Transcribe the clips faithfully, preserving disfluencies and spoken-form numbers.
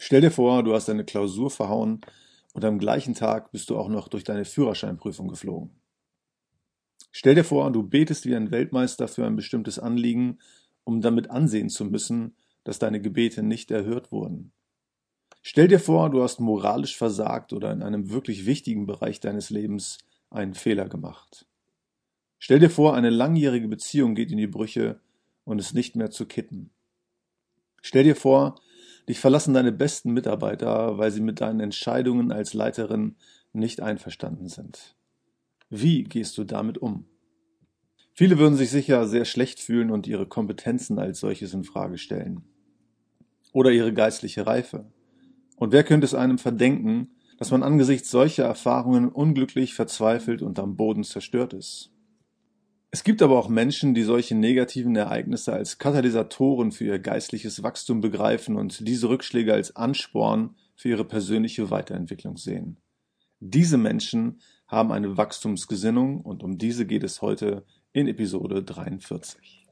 Stell dir vor, du hast deine Klausur verhauen und am gleichen Tag bist du auch noch durch deine Führerscheinprüfung geflogen. Stell dir vor, du betest wie ein Weltmeister für ein bestimmtes Anliegen, um damit ansehen zu müssen, dass deine Gebete nicht erhört wurden. Stell dir vor, du hast moralisch versagt oder in einem wirklich wichtigen Bereich deines Lebens einen Fehler gemacht. Stell dir vor, eine langjährige Beziehung geht in die Brüche und ist nicht mehr zu kitten. Stell dir vor, dich verlassen deine besten Mitarbeiter, weil sie mit deinen Entscheidungen als Leiterin nicht einverstanden sind. Wie gehst du damit um? Viele würden sich sicher sehr schlecht fühlen und ihre Kompetenzen als solches in Frage stellen. Oder ihre geistliche Reife. Und wer könnte es einem verdenken, dass man angesichts solcher Erfahrungen unglücklich, verzweifelt und am Boden zerstört ist? Es gibt aber auch Menschen, die solche negativen Ereignisse als Katalysatoren für ihr geistliches Wachstum begreifen und diese Rückschläge als Ansporn für ihre persönliche Weiterentwicklung sehen. Diese Menschen haben eine Wachstumsgesinnung und um diese geht es heute in Episode dreiundvierzig.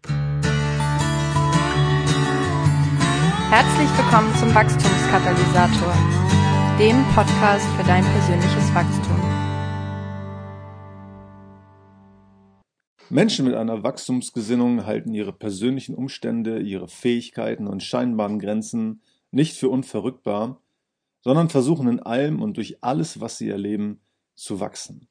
Herzlich willkommen zum Wachstumskatalysator, dem Podcast für dein persönliches Wachstum. Menschen mit einer Wachstumsgesinnung halten ihre persönlichen Umstände, ihre Fähigkeiten und scheinbaren Grenzen nicht für unverrückbar, sondern versuchen in allem und durch alles, was sie erleben, zu wachsen.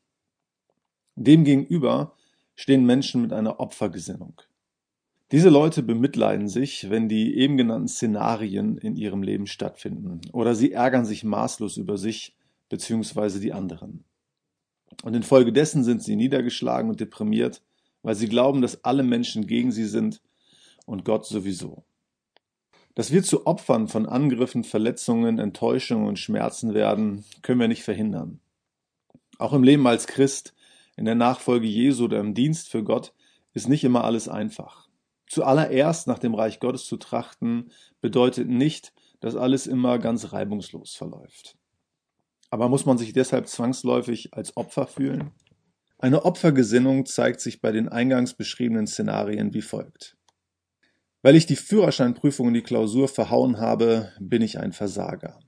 Demgegenüber stehen Menschen mit einer Opfergesinnung. Diese Leute bemitleiden sich, wenn die eben genannten Szenarien in ihrem Leben stattfinden, oder sie ärgern sich maßlos über sich bzw. die anderen. Und infolgedessen sind sie niedergeschlagen und deprimiert, weil sie glauben, dass alle Menschen gegen sie sind und Gott sowieso. Dass wir zu Opfern von Angriffen, Verletzungen, Enttäuschungen und Schmerzen werden, können wir nicht verhindern. Auch im Leben als Christ, in der Nachfolge Jesu oder im Dienst für Gott, ist nicht immer alles einfach. Zuallererst nach dem Reich Gottes zu trachten, bedeutet nicht, dass alles immer ganz reibungslos verläuft. Aber muss man sich deshalb zwangsläufig als Opfer fühlen? Eine Opfergesinnung zeigt sich bei den eingangs beschriebenen Szenarien wie folgt. Weil ich die Führerscheinprüfung und die Klausur verhauen habe, bin ich ein Versager.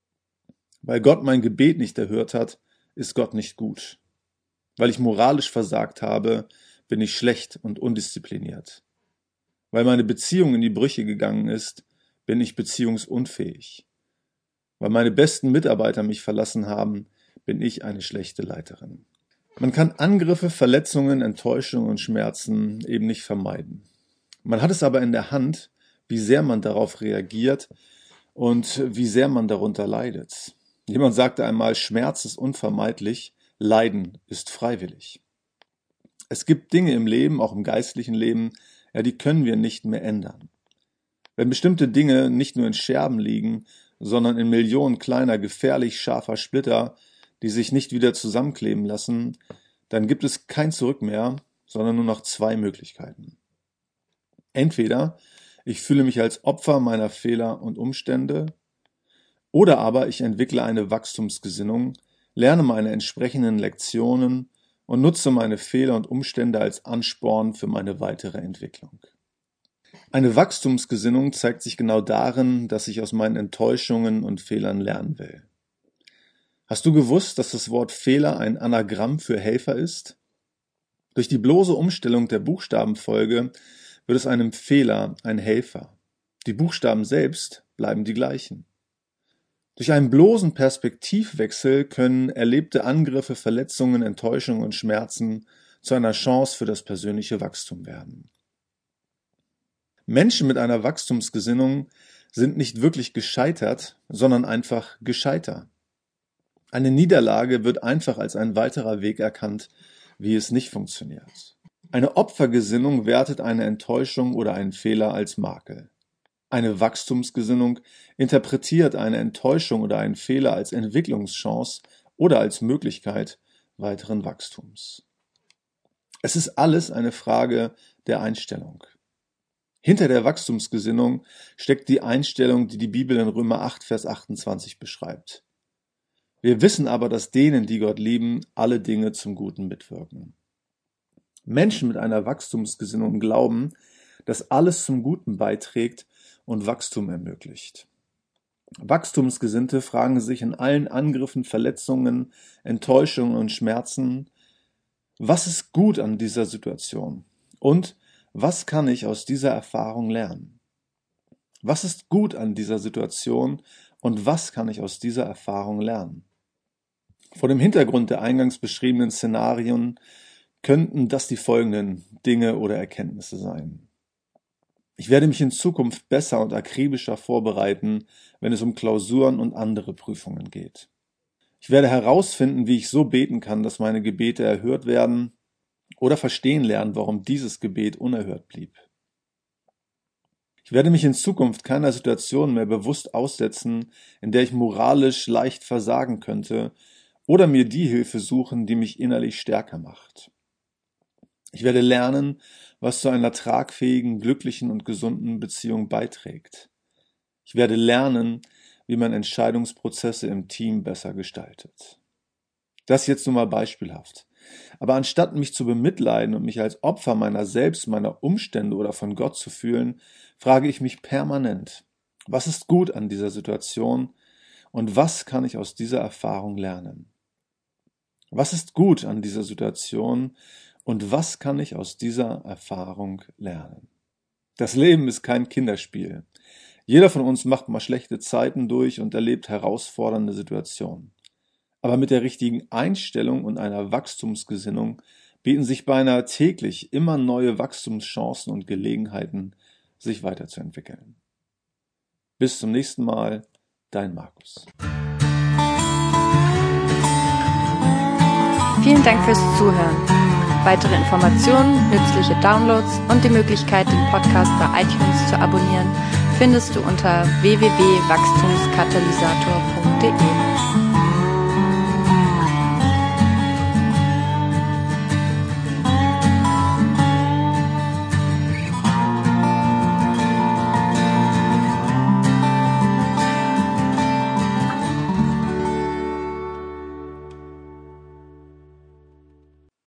Weil Gott mein Gebet nicht erhört hat, ist Gott nicht gut. Weil ich moralisch versagt habe, bin ich schlecht und undiszipliniert. Weil meine Beziehung in die Brüche gegangen ist, bin ich beziehungsunfähig. Weil meine besten Mitarbeiter mich verlassen haben, bin ich eine schlechte Leiterin. Man kann Angriffe, Verletzungen, Enttäuschungen und Schmerzen eben nicht vermeiden. Man hat es aber in der Hand, wie sehr man darauf reagiert und wie sehr man darunter leidet. Jemand sagte einmal, Schmerz ist unvermeidlich, Leiden ist freiwillig. Es gibt Dinge im Leben, auch im geistlichen Leben, ja, die können wir nicht mehr ändern. Wenn bestimmte Dinge nicht nur in Scherben liegen, sondern in Millionen kleiner, gefährlich scharfer Splitter, die sich nicht wieder zusammenkleben lassen, dann gibt es kein Zurück mehr, sondern nur noch zwei Möglichkeiten. Entweder ich fühle mich als Opfer meiner Fehler und Umstände, oder aber ich entwickle eine Wachstumsgesinnung, lerne meine entsprechenden Lektionen und nutze meine Fehler und Umstände als Ansporn für meine weitere Entwicklung. Eine Wachstumsgesinnung zeigt sich genau darin, dass ich aus meinen Enttäuschungen und Fehlern lernen will. Hast du gewusst, dass das Wort Fehler ein Anagramm für Helfer ist? Durch die bloße Umstellung der Buchstabenfolge wird es einem Fehler ein Helfer. Die Buchstaben selbst bleiben die gleichen. Durch einen bloßen Perspektivwechsel können erlebte Angriffe, Verletzungen, Enttäuschungen und Schmerzen zu einer Chance für das persönliche Wachstum werden. Menschen mit einer Wachstumsgesinnung sind nicht wirklich gescheitert, sondern einfach gescheiter. Eine Niederlage wird einfach als ein weiterer Weg erkannt, wie es nicht funktioniert. Eine Opfergesinnung wertet eine Enttäuschung oder einen Fehler als Makel. Eine Wachstumsgesinnung interpretiert eine Enttäuschung oder einen Fehler als Entwicklungschance oder als Möglichkeit weiteren Wachstums. Es ist alles eine Frage der Einstellung. Hinter der Wachstumsgesinnung steckt die Einstellung, die die Bibel in Römer acht, Vers achtundzwanzig beschreibt. Wir wissen aber, dass denen, die Gott lieben, alle Dinge zum Guten mitwirken. Menschen mit einer Wachstumsgesinnung glauben, dass alles zum Guten beiträgt und Wachstum ermöglicht. Wachstumsgesinnte fragen sich in allen Angriffen, Verletzungen, Enttäuschungen und Schmerzen: Was ist gut an dieser Situation? Und was kann ich aus dieser Erfahrung lernen? Was ist gut an dieser Situation und was kann ich aus dieser Erfahrung lernen? Vor dem Hintergrund der eingangs beschriebenen Szenarien könnten das die folgenden Dinge oder Erkenntnisse sein. Ich werde mich in Zukunft besser und akribischer vorbereiten, wenn es um Klausuren und andere Prüfungen geht. Ich werde herausfinden, wie ich so beten kann, dass meine Gebete erhört werden, oder verstehen lernen, warum dieses Gebet unerhört blieb. Ich werde mich in Zukunft keiner Situation mehr bewusst aussetzen, in der ich moralisch leicht versagen könnte, oder mir die Hilfe suchen, die mich innerlich stärker macht. Ich werde lernen, was zu einer tragfähigen, glücklichen und gesunden Beziehung beiträgt. Ich werde lernen, wie man Entscheidungsprozesse im Team besser gestaltet. Das jetzt nur mal beispielhaft. Aber anstatt mich zu bemitleiden und mich als Opfer meiner selbst, meiner Umstände oder von Gott zu fühlen, frage ich mich permanent: Was ist gut an dieser Situation und was kann ich aus dieser Erfahrung lernen? Was ist gut an dieser Situation und was kann ich aus dieser Erfahrung lernen? Das Leben ist kein Kinderspiel. Jeder von uns macht mal schlechte Zeiten durch und erlebt herausfordernde Situationen. Aber mit der richtigen Einstellung und einer Wachstumsgesinnung bieten sich beinahe täglich immer neue Wachstumschancen und Gelegenheiten, sich weiterzuentwickeln. Bis zum nächsten Mal, dein Markus. Vielen Dank fürs Zuhören. Weitere Informationen, nützliche Downloads und die Möglichkeit, den Podcast bei iTunes zu abonnieren, findest du unter w w w punkt wachstumskatalysator punkt d e.